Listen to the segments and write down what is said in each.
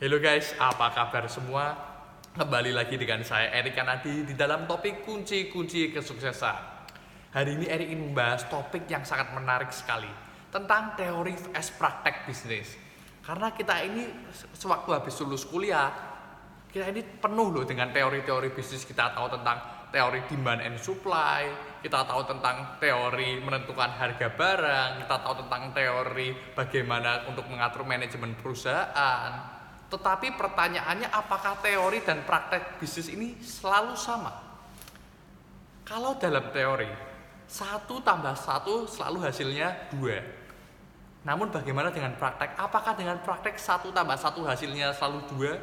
Halo guys, apa kabar semua? Kembali lagi dengan saya Erik Kanadi di dalam topik kunci-kunci kesuksesan. Hari ini Erik ingin membahas topik yang sangat menarik sekali tentang teori vs praktek bisnis. Karena kita ini sewaktu habis lulus kuliah, kita ini penuh loh dengan teori-teori bisnis. Kita tahu tentang teori demand and supply, kita tahu tentang teori menentukan harga barang, kita tahu tentang teori bagaimana untuk mengatur manajemen perusahaan. Tetapi pertanyaannya, apakah teori dan praktek bisnis ini selalu sama? Kalau dalam teori, 1 tambah 1 selalu hasilnya 2. Namun bagaimana dengan praktek? Apakah dengan praktek 1 tambah 1 hasilnya selalu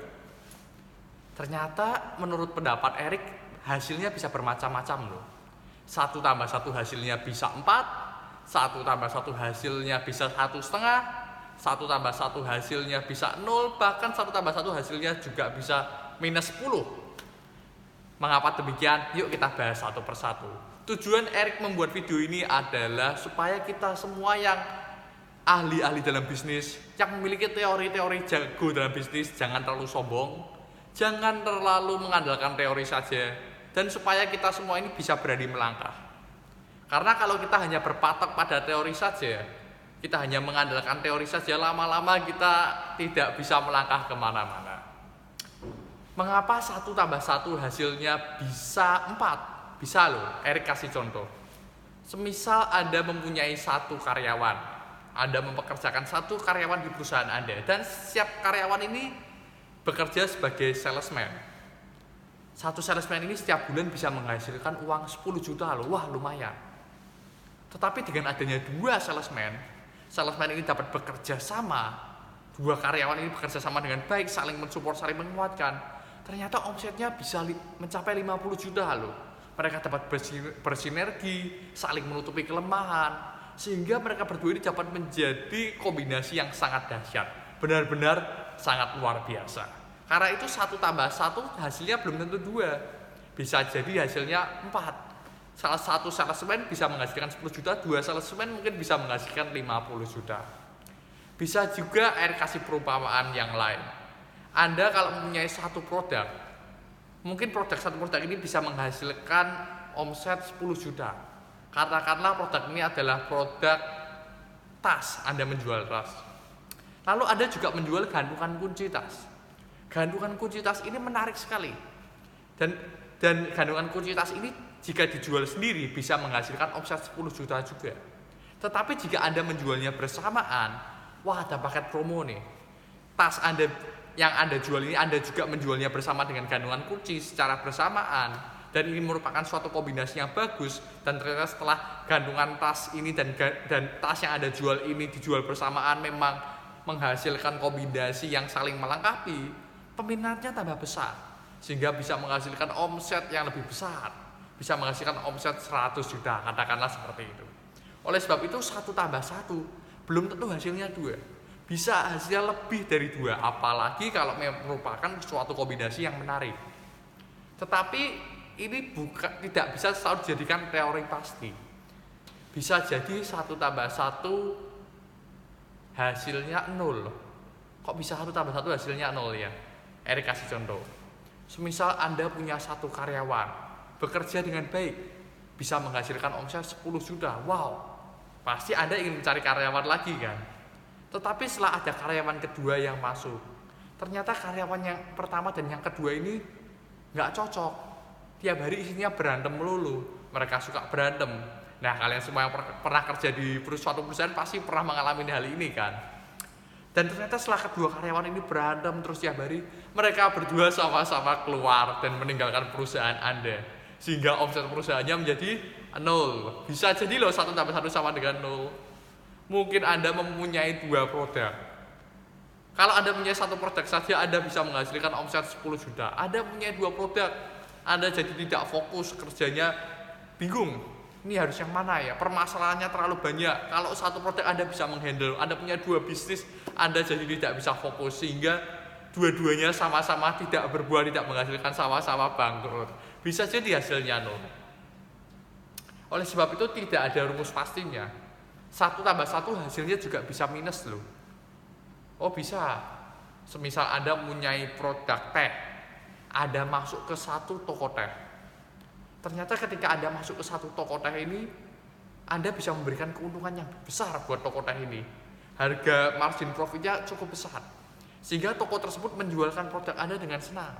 2? Ternyata menurut pendapat Erik, hasilnya bisa bermacam-macam loh. 1 tambah 1 hasilnya bisa 4, 1 tambah 1 hasilnya bisa 1,5, 1 tambah 1 hasilnya bisa 0, bahkan 1 tambah 1 hasilnya juga bisa minus 10. Mengapa demikian? Yuk kita bahas satu persatu. Tujuan Erik membuat video ini adalah supaya kita semua yang ahli-ahli dalam bisnis, yang memiliki teori-teori jago dalam bisnis, jangan terlalu sombong, jangan terlalu mengandalkan teori saja, dan supaya kita semua ini bisa berani melangkah. Karena kalau kita hanya berpatok pada teori saja, kita hanya mengandalkan teori saja, lama-lama kita tidak bisa melangkah kemana-mana. Mengapa 1 tambah 1 hasilnya bisa 4? Bisa loh, Erik kasih contoh. Semisal Anda mempunyai 1 karyawan, Anda mempekerjakan 1 karyawan di perusahaan Anda, dan setiap karyawan ini bekerja sebagai salesman. 1 salesman ini setiap bulan bisa menghasilkan uang 10 juta loh, wah lumayan. Tetapi dengan adanya 2 salesman ini dapat bekerja sama, 2 karyawan ini bekerja sama dengan baik, saling mensupport, saling menguatkan. Ternyata omsetnya bisa mencapai 50 juta loh. Mereka dapat bersinergi, saling menutupi kelemahan, sehingga mereka berdua ini dapat menjadi kombinasi yang sangat dahsyat. Benar-benar sangat luar biasa. Karena itu 1 tambah 1 hasilnya belum tentu 2. Bisa jadi hasilnya 4. Salah satu salesman bisa menghasilkan 10 juta, 2 salesman mungkin bisa menghasilkan 50 juta. Bisa juga Erik kasih perumpamaan yang lain. Anda kalau mempunyai 1 produk, mungkin satu produk ini bisa menghasilkan omset 10 juta. Katakanlah produk ini adalah produk tas, Anda menjual tas. Lalu Anda juga menjual gantungan kunci tas. Gantungan kunci tas ini menarik sekali. Dan gantungan kunci tas ini jika dijual sendiri bisa menghasilkan omset 10 juta juga. Tetapi jika Anda menjualnya bersamaan, wah ada paket promo nih. Tas Anda yang Anda jual ini Anda juga menjualnya bersama dengan gantungan kunci secara bersamaan. Dan ini merupakan suatu kombinasi yang bagus. Dan ternyata setelah gantungan tas ini dan tas yang Anda jual ini dijual bersamaan memang menghasilkan kombinasi yang saling melengkapi, peminatnya tambah besar. Sehingga bisa menghasilkan omset yang lebih besar. Bisa menghasilkan omset 100 juta, katakanlah seperti itu. Oleh sebab itu 1 tambah 1 belum tentu hasilnya 2. Bisa hasilnya lebih dari 2, apalagi kalau merupakan suatu kombinasi yang menarik. Tetapi ini tidak bisa selalu dijadikan teori pasti. Bisa jadi 1 tambah 1 hasilnya 0. Kok bisa 1 tambah 1 hasilnya 0 ya? Erik kasih contoh. Semisal Anda punya 1 karyawan, bekerja dengan baik, bisa menghasilkan omset 10 juta. Wow, pasti Anda ingin mencari karyawan lagi kan? Tetapi setelah ada karyawan kedua yang masuk, ternyata karyawan yang pertama dan yang kedua ini nggak cocok. Tiap hari isinya berantem melulu. Mereka suka berantem. Nah, kalian semua yang pernah kerja di suatu perusahaan pasti pernah mengalami hal ini kan? Dan ternyata setelah kedua karyawan ini berantem terus tiap hari, mereka berdua sama-sama keluar dan meninggalkan perusahaan Anda. Sehingga omset perusahaannya menjadi 0. Bisa jadi loh 1 tambah 1 sama dengan 0. Mungkin Anda mempunyai 2 produk. Kalau Anda punya 1 produk saja, Anda bisa menghasilkan omset 10 juta. Anda punya 2 produk, Anda jadi tidak fokus, kerjanya bingung. Ini harus yang mana ya? Permasalahannya terlalu banyak. Kalau 1 produk Anda bisa menghandle, Anda punya 2 bisnis, Anda jadi tidak bisa fokus. Sehingga dua-duanya sama-sama tidak berbuah, tidak menghasilkan, sama-sama bangkrut. Bisa jadi hasilnya 0. Oleh sebab itu tidak ada rumus pastinya. 1 tambah 1 hasilnya juga bisa minus loh. Oh bisa. Semisal Anda mempunyai produk teh, Anda masuk ke satu toko teh. Ternyata ketika Anda masuk ke satu toko teh ini, Anda bisa memberikan keuntungan yang besar buat toko teh ini. Harga margin profitnya cukup besar. Sehingga toko tersebut menjualkan produk Anda dengan senang.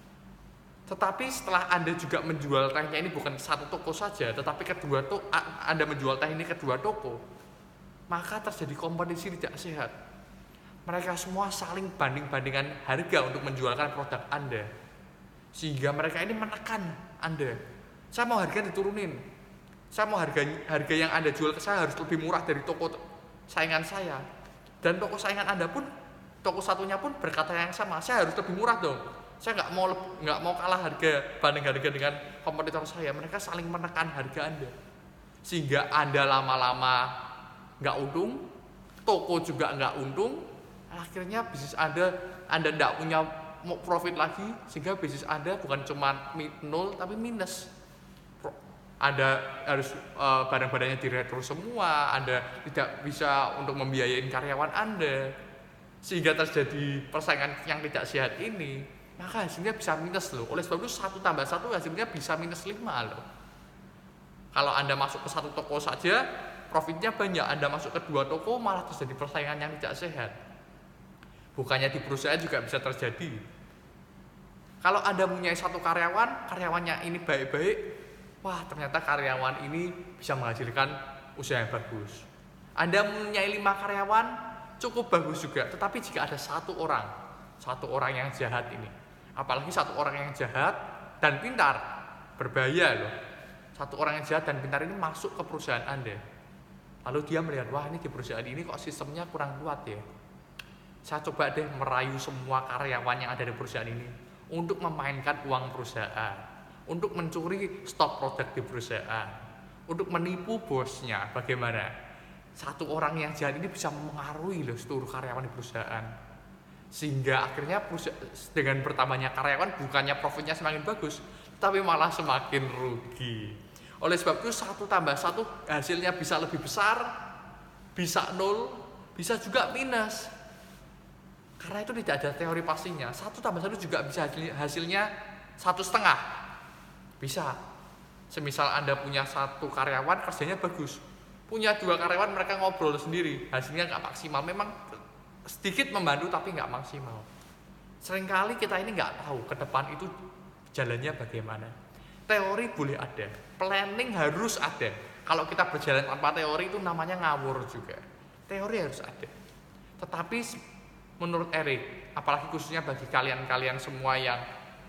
Tetapi setelah Anda juga menjual tehnya ini bukan satu toko saja, tetapi Anda menjual teh ini ke dua toko, maka terjadi kompetisi tidak sehat. Mereka semua saling banding-bandingkan harga untuk menjualkan produk Anda. Sehingga mereka ini menekan Anda. Saya mau harga diturunin. Saya mau harga yang Anda jual ke saya harus lebih murah dari toko saingan saya. Dan toko saingan Anda pun, toko satunya pun berkata yang sama, saya harus lebih murah dong. Saya nggak mau kalah banding harga dengan kompetitor saya. Mereka saling menekan harga Anda, sehingga Anda lama-lama nggak untung, toko juga nggak untung. Akhirnya bisnis Anda nggak punya profit lagi, sehingga bisnis Anda bukan cuma nol tapi minus. Anda harus barang-barangnya diretro semua, Anda tidak bisa untuk membiayain karyawan Anda, sehingga terjadi persaingan yang tidak sehat ini. Maka hasilnya bisa minus loh. Oleh sebab itu 1 tambah 1 hasilnya bisa minus 5 loh. Kalau Anda masuk ke satu toko saja, profitnya banyak. Anda masuk ke 2 toko, malah terjadi persaingan yang tidak sehat. Bukannya di perusahaan juga bisa terjadi. Kalau Anda punya satu karyawannya ini baik-baik, wah ternyata karyawan ini bisa menghasilkan usaha yang bagus. Anda punya 5 karyawan, cukup bagus juga. Tetapi jika ada satu orang yang jahat ini, apalagi satu orang yang jahat dan pintar, berbahaya loh. Satu orang yang jahat dan pintar ini masuk ke perusahaan Anda. Lalu dia melihat, wah ini di perusahaan ini kok sistemnya kurang kuat ya. Saya coba deh merayu semua karyawan yang ada di perusahaan ini untuk memainkan uang perusahaan, untuk mencuri stok produk di perusahaan, untuk menipu bosnya. Bagaimana? Satu orang yang jahat ini bisa mengaruhi loh seluruh karyawan di perusahaan. Sehingga akhirnya dengan bertambahnya karyawan bukannya profitnya semakin bagus, tapi malah semakin rugi. Oleh sebab itu 1 tambah 1 hasilnya bisa lebih besar, bisa 0, bisa juga minus. Karena itu tidak ada teori pastinya. 1 tambah 1 juga bisa hasilnya 1,5. Bisa. Semisal Anda punya 1 karyawan kerjanya bagus, punya 2 karyawan mereka ngobrol sendiri, hasilnya nggak maksimal. Memang sedikit membantu tapi nggak maksimal. Seringkali kita ini nggak tahu ke depan itu jalannya bagaimana. Teori boleh ada, planning harus ada. Kalau kita berjalan tanpa teori itu namanya ngawur juga. Teori harus ada. Tetapi menurut Erik, apalagi khususnya bagi kalian semua yang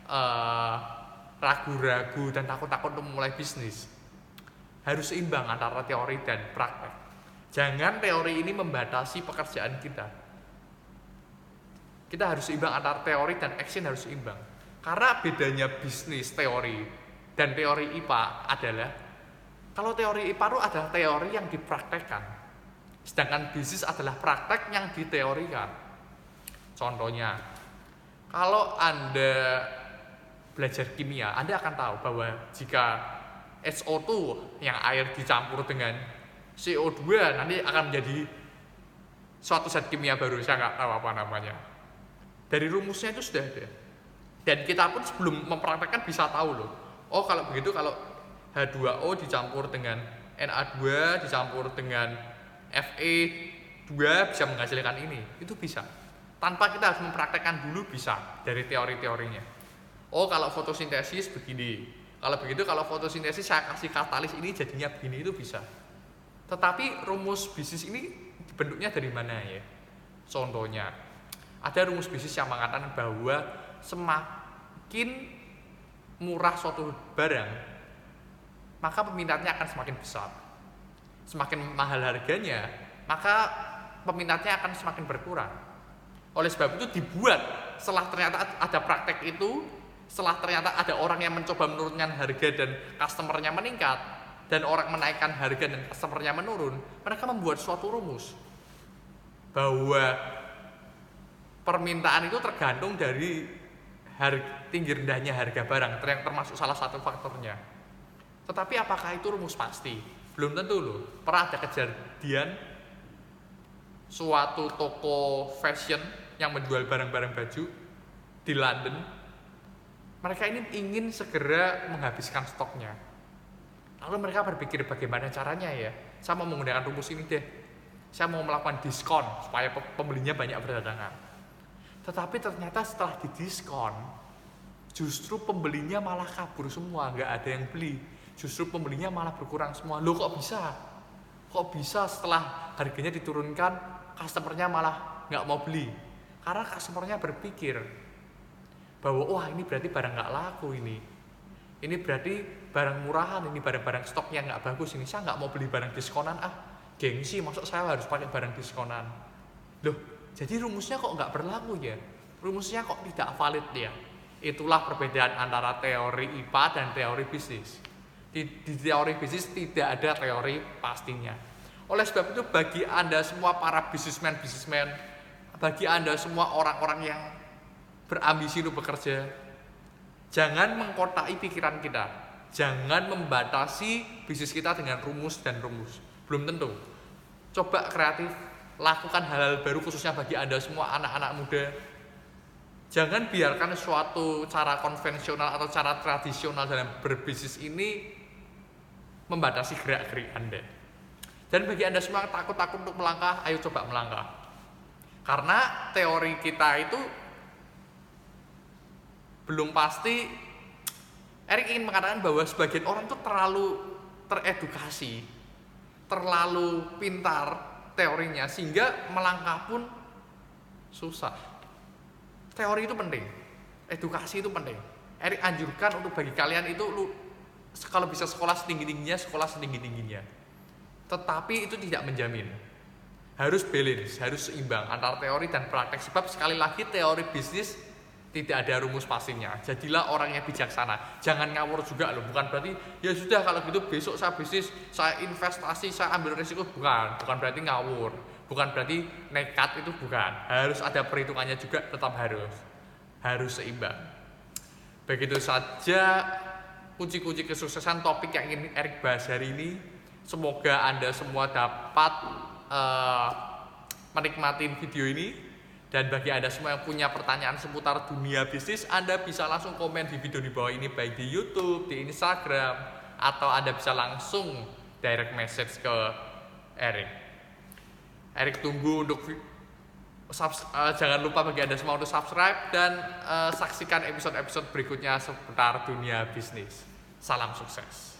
ragu-ragu dan takut-takut untuk memulai bisnis, harus seimbang antara teori dan praktek. Jangan teori ini membatasi pekerjaan kita. Kita harus seimbang antara teori dan action harus seimbang. Karena bedanya bisnis teori dan teori IPA adalah, kalau teori IPA itu adalah teori yang dipraktekkan, sedangkan bisnis adalah praktek yang diteorikan. Contohnya, kalau Anda belajar kimia, Anda akan tahu bahwa jika SO2 yang air dicampur dengan CO2 nanti akan menjadi suatu zat kimia baru, saya nggak tahu apa namanya. Dari rumusnya itu sudah ada. Dan kita pun sebelum mempraktekkan bisa tahu loh. Oh kalau begitu, kalau H2O dicampur dengan Na2 dicampur dengan Fe2 bisa menghasilkan ini. Itu bisa. Tanpa kita harus mempraktekkan dulu bisa dari teori-teorinya. Oh kalau fotosintesis begini. Kalau begitu, kalau fotosintesis saya kasih katalis ini jadinya begini, itu bisa. Tetapi rumus bisnis ini bentuknya dari mana ya? Contohnya, ada rumus bisnis yang mengatakan bahwa semakin murah suatu barang, maka peminatnya akan semakin besar. Semakin mahal harganya, maka peminatnya akan semakin berkurang. Oleh sebab itu dibuat setelah ternyata ada praktek itu, setelah ternyata ada orang yang mencoba menurunkan harga dan customernya meningkat, dan orang menaikkan harga dan customernya menurun, mereka membuat suatu rumus bahwa permintaan itu tergantung dari tinggi rendahnya harga barang, yang termasuk salah satu faktornya. Tetapi apakah itu rumus pasti? Belum tentu loh. Pernah ada kejadian suatu toko fashion yang menjual barang-barang baju di London. Mereka ini ingin segera menghabiskan stoknya. Lalu mereka berpikir bagaimana caranya ya? Saya mau menggunakan rumus ini deh. Saya mau melakukan diskon supaya pembelinya banyak berdatangan. Tetapi ternyata setelah didiskon, justru pembelinya malah kabur semua, nggak ada yang beli. Justru pembelinya malah berkurang semua. Loh kok bisa? Kok bisa setelah harganya diturunkan, customernya malah nggak mau beli? Karena customernya berpikir bahwa wah ini berarti barang nggak laku ini. Ini berarti barang murahan, ini barang-barang stoknya nggak bagus ini. Saya nggak mau beli barang diskonan gengsi, maksud saya harus pakai barang diskonan. Loh, jadi rumusnya kok nggak berlaku ya? Rumusnya kok tidak valid ya? Itulah perbedaan antara teori IPA dan teori bisnis. Di teori bisnis tidak ada teori pastinya. Oleh sebab itu bagi Anda semua para bisnismen, bagi Anda semua orang-orang yang berambisi untuk bekerja, jangan mengkotai pikiran kita. Jangan membatasi bisnis kita dengan rumus dan rumus. Belum tentu. Coba kreatif, lakukan hal-hal baru khususnya bagi Anda semua anak-anak muda. Jangan biarkan suatu cara konvensional atau cara tradisional dalam berbisnis ini membatasi gerak-gerik Anda. Dan bagi Anda semua yang takut-takut untuk melangkah, ayo coba melangkah. Karena teori kita itu belum pasti. Erik ingin mengatakan bahwa sebagian orang itu terlalu teredukasi, terlalu pintar teorinya, sehingga melangkah pun susah. Teori itu penting, edukasi itu penting. Erik anjurkan untuk bagi kalian itu kalau bisa sekolah setinggi-tingginya, sekolah setinggi-tingginya. Tetapi itu tidak menjamin. Harus balance, harus seimbang antara teori dan praktek. Sebab sekali lagi teori bisnis tidak ada rumus pastinya. Jadilah orang yang bijaksana. Jangan ngawur juga loh. Bukan berarti ya sudah kalau gitu besok saya bisnis, saya investasi, saya ambil risiko. Bukan berarti ngawur. Bukan berarti nekat, itu bukan. Harus ada perhitungannya juga, tetap harus seimbang. Begitu saja kunci-kunci kesuksesan topik yang ingin Erik bahas hari ini. Semoga Anda semua dapat menikmati video ini. Dan bagi Anda semua yang punya pertanyaan seputar dunia bisnis, Anda bisa langsung komen di video di bawah ini, baik di YouTube, di Instagram, atau Anda bisa langsung direct message ke Erik. Erik tunggu untuk jangan lupa bagi Anda semua untuk subscribe dan saksikan episode-episode berikutnya seputar dunia bisnis. Salam sukses.